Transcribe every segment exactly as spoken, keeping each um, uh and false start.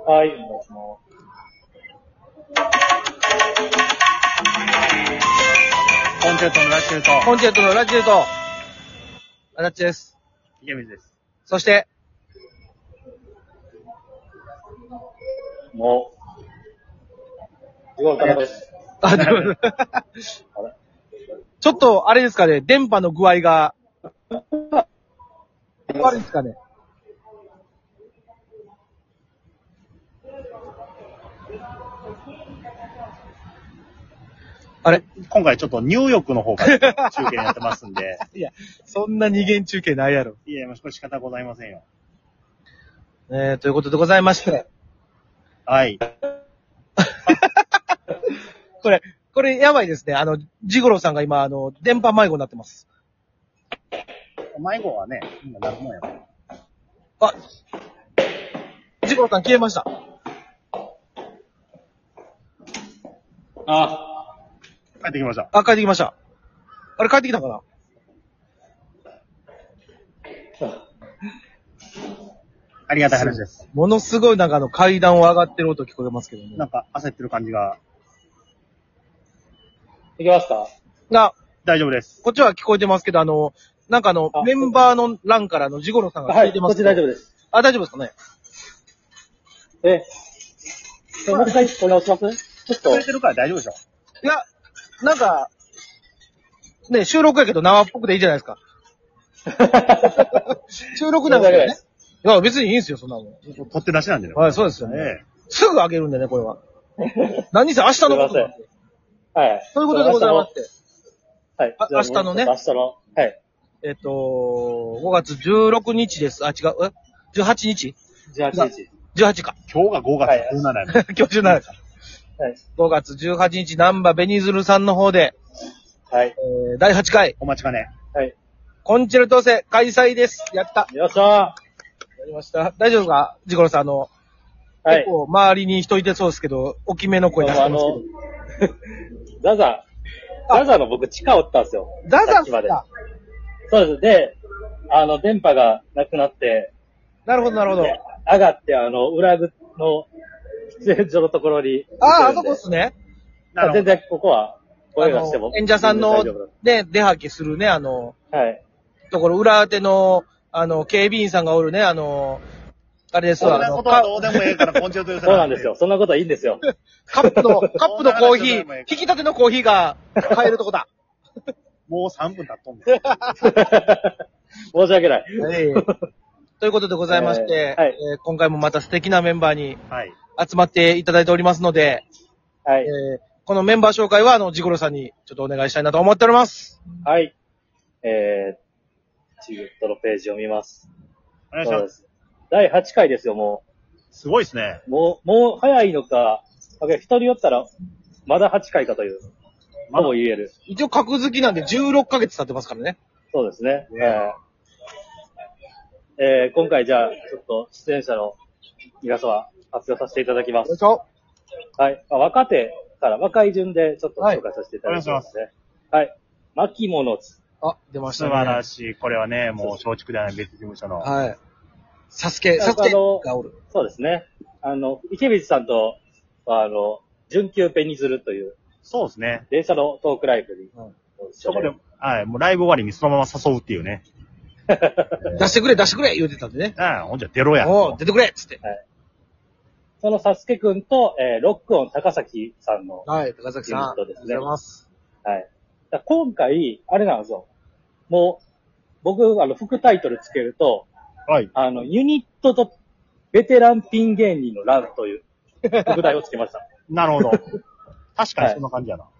はい、お願いします。 コンチェルトのラチュート。 コンチェルトのラチュート。あだっちです。 池水です。 そして、 もう、地獄です。 あ、でもちょっと、あれですかね、電波の具合が、悪いですかね。あれ今回ちょっとニューヨークの方から中継やってますんで。 いや、そんな二元中継ないやろ。 いや、もう仕方ございませんよ。 えー、ということでございまして。 はい。 これ、これやばいですね。あの、ジゴロさんが今、あの、電波迷子になってます。 迷子はね、今なるもんや。 あ、ジゴロさん消えました。 あ、 帰ってきました。 あ、帰ってきました。あれ帰ってきたかな？ ありがたい話です。 ものすごいなんかあの階段を上がってる音聞こえますけどね。 なんか焦ってる感じが。 いけますか？ が、 大丈夫です。 こっちは聞こえてますけど、あの、なんかあの、 あメンバーの欄からのジゴロさんがはい、 聞いてますこっち大丈夫です。 あ、大丈夫ですかね？ え、もう一回お直しますちょっと。 聞こえてるから大丈夫でしょ。 いや、なんか、ね、収録やけど生っぽくでいいじゃないですか。収録なんだけどね。いや、別にいいんですよ、そんなもん。 取って出しなんでね。 はい、そうですよね。 ええ。 すぐ上げるんでね、これは。何せ明日のことなんで。 はい。 ということでございまして。 はい。 あ明日のね明日の。はい。 えっと、ごがつじゅうろくにちです。あ、違う。え ?じゅうはちにちじゅうはちにち。 じゅうはちか。 今日がごがつじゅうしちやね。 今日じゅうななか。 はい。 ごがつじゅうはちにち、南波ベニズルさんの方で、 はい。 えー、だいはちかい、 お待ちかね。 はい。 コンチェルト生開催です。やった。 よっしゃー。 やりました。大丈夫かジゴロさん、あの、 はい。 結構周りに人いてそうですけど、大きめの声出してますけど。 ザザ、ザザの僕地下おったんですよ。 ザザさっきまで。そうです。で、あの、電波がなくなって、 なるほど、なるほど。 で上がって、あの、裏口の喫煙所のところに。 ああ、あそこっすね。 なるほど。 全然ここは声がしても。 演者さんの大丈夫ね、出はけするね、あの、 だはい。 ところ、裏手の、あの、警備員さんがおるね、あの、あれですわ。 そんなことはどうでもええから、コンチェルト寄せそうなんですよ。そんなことはいいんですよ。 カップの、カップのコーヒー、引き立てのコーヒーが買えるとこだ。 もうさんぷん経っとんねん。 申し訳ない。 はいということでございまして、 えーはいえー今回もまた素敵なメンバーにはい。 集まっていただいておりますので、 はい。 えーこのメンバー紹介は、あの、ジゴロさんにちょっとお願いしたいなと思っております。 はい。えー、チグットのページを見ます。 お願いしま。 そうですす。だいはちかいですよ、もすごいですね。 う。もう、もう早いのか、一人寄ったら、まだはちかいかという、 まだとも言える。 一応格付きなんでじゅうろっかげつ経ってますからね。 そうですね。 ねえーえー今回じゃあ、ちょっと出演者の皆様、発表させていただきます。 よいしょ。 はい。まあ若手から若い順でちょっと紹介させていただきますね。はい。牧物津。 あ、出ました素ね。 晴らしい。これはね、もう松竹ではない別事務所の。 はい。サスケ、サスケがおる。 そうですね。あの、池水さんと、あの、準急ペニズルという、 そうですね。 電車のトークライブに、 うん一緒でそこで、はい、もうライブ終わりにそのまま誘うっていうね。 出してくれ、出してくれ言うてたんでね。 ああ、ほんじゃ出ろや。 おう出てくれっつって。 そのサスケくんと、えー、ロックオン高崎さんの、 はい、高崎さん。 ユニットですねありがとうございます。 はい。だから今回、あれなんですよ。もう、僕、あの、副タイトルつけると、 はい。 あの、ユニットとベテランピン芸人の欄という、副題をつけました。 なるほど。確かにそんな感じやな。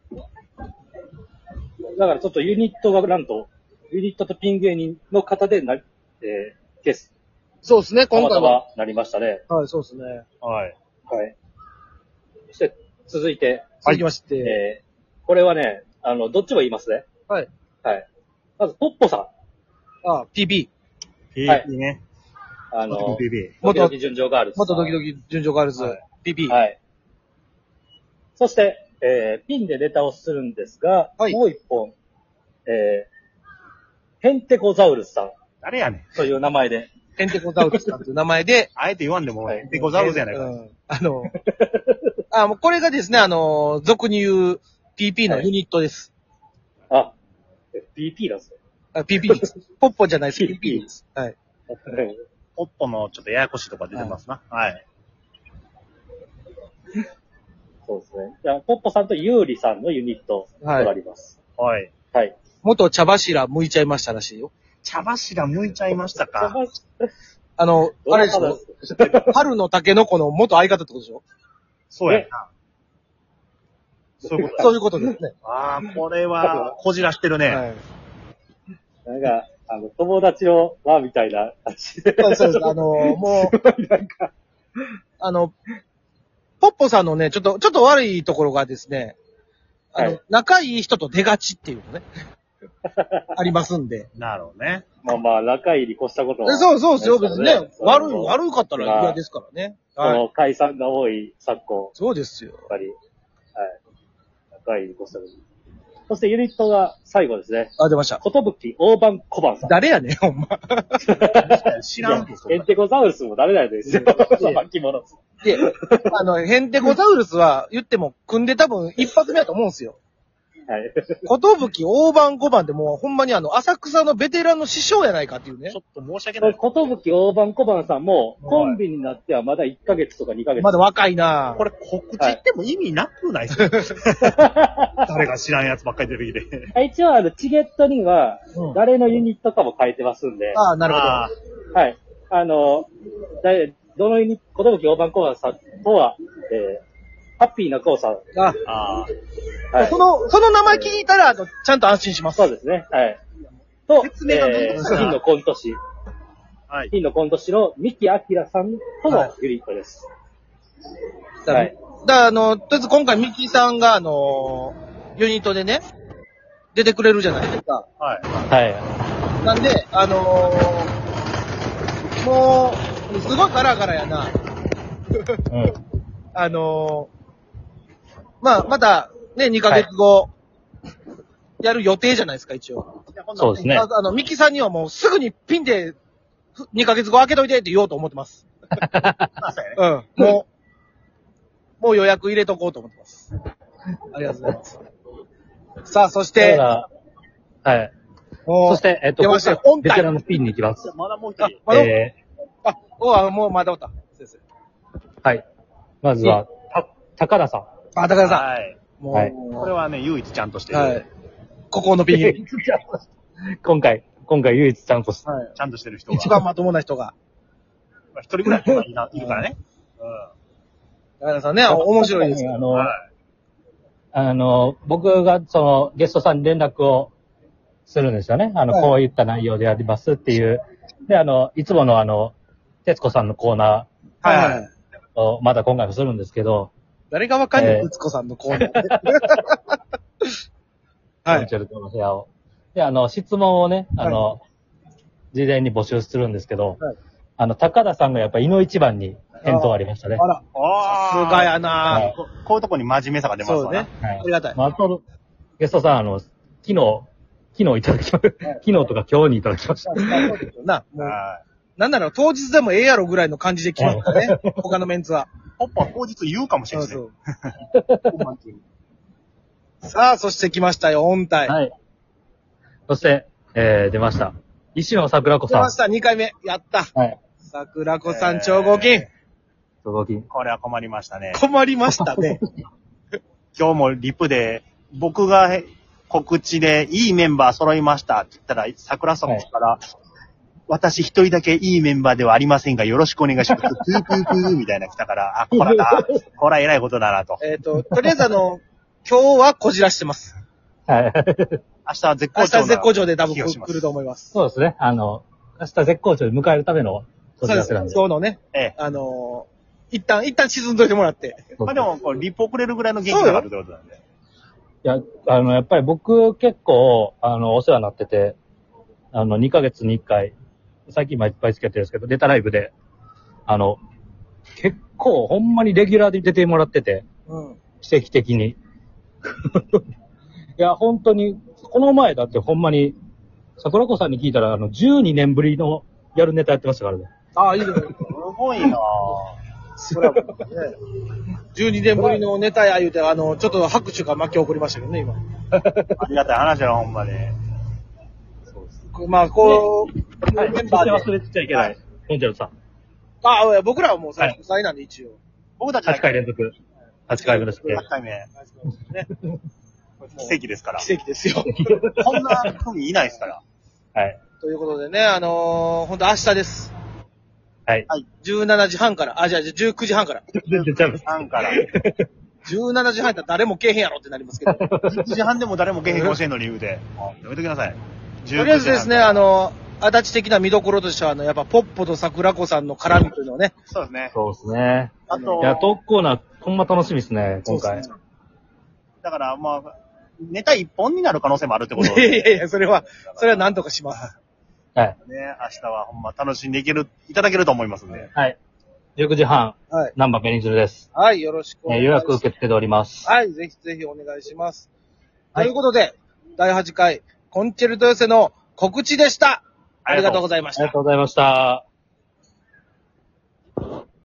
だからちょっとユニットがなんと、ユニットとピン芸人の方でな、えー、消す。 そうですね、 たまた今回は。 まなりましたね。 はい、そうですね。 はい。 はい。そして、続いて、 続きまして。 えー、これはね、あの、どっちも言いますね。 はい。 はい。まず、ポッポさあ、ピービー。 ピーピー ね。 ん。あの、 ピーピー。 ドキドキ純情ガールズさん。 元ドキドキ純情ガールズ、 はいピービー。 はい。そして、えー、ピンでネタをするんですが、 はいもう一本、えー、ヘンテコザウルスさん誰やねん。 という名前で、 ヘンテコザウルスさんという名前で、 あえて言わんでも、ヘンテコザウルスやないか。 うん、あの、あ、もうこれがですね、あの、俗に言う ピーピー のユニットです。 あ、ピーピー なんですか？ あ、ピーピー です。ポッポじゃないです。ピーピー です。はい。 ポッポのちょっとややこしいとか出てますな。はい。はい、 そうですね。じゃあ、ポッポさんとユーリさんのユニットとなります。 はい。 はい。 元茶柱向いちゃいましたらしいよ。 茶柱向いちゃいましたか。 あの、あれでしょ。春のタケノコの元相方ってことでしょ。 そうやな。そういうこと。 そういうことですね。 ああ、これは、こじらしてるね。はい。 なんか、あの、友達の輪みたいな感じで。 そうそうです。あのー、もう、なんか、あの、ポッポさんのね、ちょっと、ちょっと悪いところがですね、あの、はい、仲いい人と出がちっていうのね。ありますんで。 なるほどね。 まあまあ、仲いいに越したことは、 ね。そうそうですよ、別にね。悪い、悪かったら嫌ですからね。 まあ、はい、この解散が多い昨今。 そうですよ。 やっぱり、はい。仲いいに越したこと。そしてユニットが最後ですね。 あ、出ました。 ことぶき大判小判さん。 誰やねん、ほんま。 知らん。ヘンテコザウルスも誰なんですよ。巻物。 で、あの、ヘンテコザウルスは言っても組んで多分一発目だと思うんですよ。はい。ことぶき大判小判でもうほんまにあの、浅草のベテランの師匠やないかっていうね。 ちょっと申し訳ない。 ことぶき大判小判さんも、コンビになってはまだいっかげつとかにかげつ。 まだ若いなぁ。 これ告知っても意味なくないですか、誰が知らんやつばっかり出てきて。 一応あの、チゲットには、誰のユニットかも書いてますんで。 うん、ああ、なるほど。 はい。あの、誰、どのユニット、ことぶき大判小判さんとは、えー、ハッピーなコウさん。 ああ。はい。その、その名前聞いたら、あの、ちゃんと安心します。 そうですね。はい。と、えー、金のコント師。はい。金のコント師の三木明さんとのユニットです。 はい。はい、だから、あの、とりあえず今回三木さんが、あの、ユニットでね、出てくれるじゃないですか。 はい。はい。なんで、あのー、もう、すごいガラガラやな。うん。あのー、まあ、また、ね、にかげつご、やる予定じゃないですか、一応。 そうですね。 あの、ミキさんにはもうすぐにピンで、にかげつご開けといてって言おうと思ってます。うん。もう、もう予約入れとこうと思ってます。ありがとうございます。さあ、そして、 はい。そして、えっと、 出ました。本ベテランのピンに行きます。 まだもう一人。あ、えー、あ、おあ、もうまだおった。先生。 はい。まずは、た、高田さん。 あ、高田さん。 はい。もう、はい、これはね、唯一ちゃんとしてる。はい。 ここのピン。 今回、今回唯一ちゃんとして、はい、ちゃんとしてる人が。 一番まともな人が。 まあ、一人ぐらいいないるからね。 うん。高田さんね、面白いです。 あの、はい、あの、僕がそのゲストさんに連絡をするんですよね。あの、はい、こういった内容でやりますっていう。で、あの、いつものあの、徹子さんのコーナー。はい、はい。をまだ今回もするんですけど。 誰がわかんない、徹子さんのコーナー。 はい。チェルトの部屋を。で、あの、質問をね、あの、はい、事前に募集するんですけど、はい、あの、高田さんがやっぱ、井の一番に返答ありましたね。 あら。さすがやなぁ、はいこ。こういうとこに真面目さが出ますわね。 そうね。はい、ありがたい。 まあ、と、ゲストさん、あの、昨日、昨日いただきました。昨日とか今日にいただきました。 な、もう、なんなら当日でもええやろぐらいの感じで決まったね。他のメンツは。 ポッパ当日言うかもしれないですね。 さあ、そして来ましたよ、音体。 はい。そして、えー、出ました。石野桜子さん。 出ました、にかいめ。やった。はい。桜子さん、超合金。 超合金。これは困りましたね。 困りましたね。 今日もリプで、僕が告知でいいメンバー揃いましたって言ったら、桜さんから、はい、私一人だけいいメンバーではありませんが、よろしくお願いします。プープープーみたいな来たから、あ、こらだ、こら偉いことだなと。 えっと、とりあえずあの、今日はこじらしてます。 はい。明日は絶好調。 明日絶好調で多分来ると思います。 そうですね。あの、明日絶好調で迎えるためのこじらせなんで。 そうです。今日のね、ええ、あのー、一旦、一旦沈んどいてもらって。 まあでも、これリポくれるぐらいの元気があるってことなんで。いや、あの、やっぱり僕結構、あの、お世話になってて、あの、にかげつにいっかい、最近今いっぱいつけてるんですけど、出たライブで、あの、結構ほんまにレギュラーで出てもらってて、うん、奇跡的に。いや、本当に、この前だってほんまに、桜子さんに聞いたら、あの、じゅうにねんぶりのギャルネタやってましたからね。 ああ、いいですね。 すごいなぁ。 それは、ね、じゅうにねんぶりのネタや言うて、あの、ちょっと拍手が巻き起こりましたけどね、今。 ありがたい話だ、ほんまに。 まあ、こう、 はい、 メンバーで。 忘れちゃいけない。コンチェルさん。 ああ、僕らはもう最初なんで一応。 僕たちはちかい連続。はちかいめですね。 はちかいめ。ね。奇跡ですから。 奇跡ですよ。 こんな組いないですから。 はい。ということでね、あのー、ほんと明日です。 はい。 じゅうしちじはんから、あ、じゃあじゅうくじはんから。 全然ちゃいます。 はんから。 じゅうしちじはんやったら誰もけえへんやろってなりますけど。 じゅうくじはんでも誰もけえへんかもしれんの理由で。やめときなさい。 とりあえずですね、あの、足立的な見どころとしては、あの、やっぱ、ポッポと桜子さんの絡みというのをね。 そうですね。 そうですね。 あと、 いや、トークコーナー、ほんま楽しみですね、今回。 ね、 だから、まあ、ネタ一本になる可能性もあるってことで。いやいやいや、それは、それは何とかします。 はい。 ね、明日はほんま楽しんでいける、いただけると思いますんで。 はい。じゅうくじはん、はい。ナンバーペニンスルです。 はい、よろしくお願いします。 予約受け付けております。 はい、ぜひぜひお願いします。はい、ということで、だいはちかい、コンチェルト寄せの告知でした。ありがとうございました。 ありがとうございました。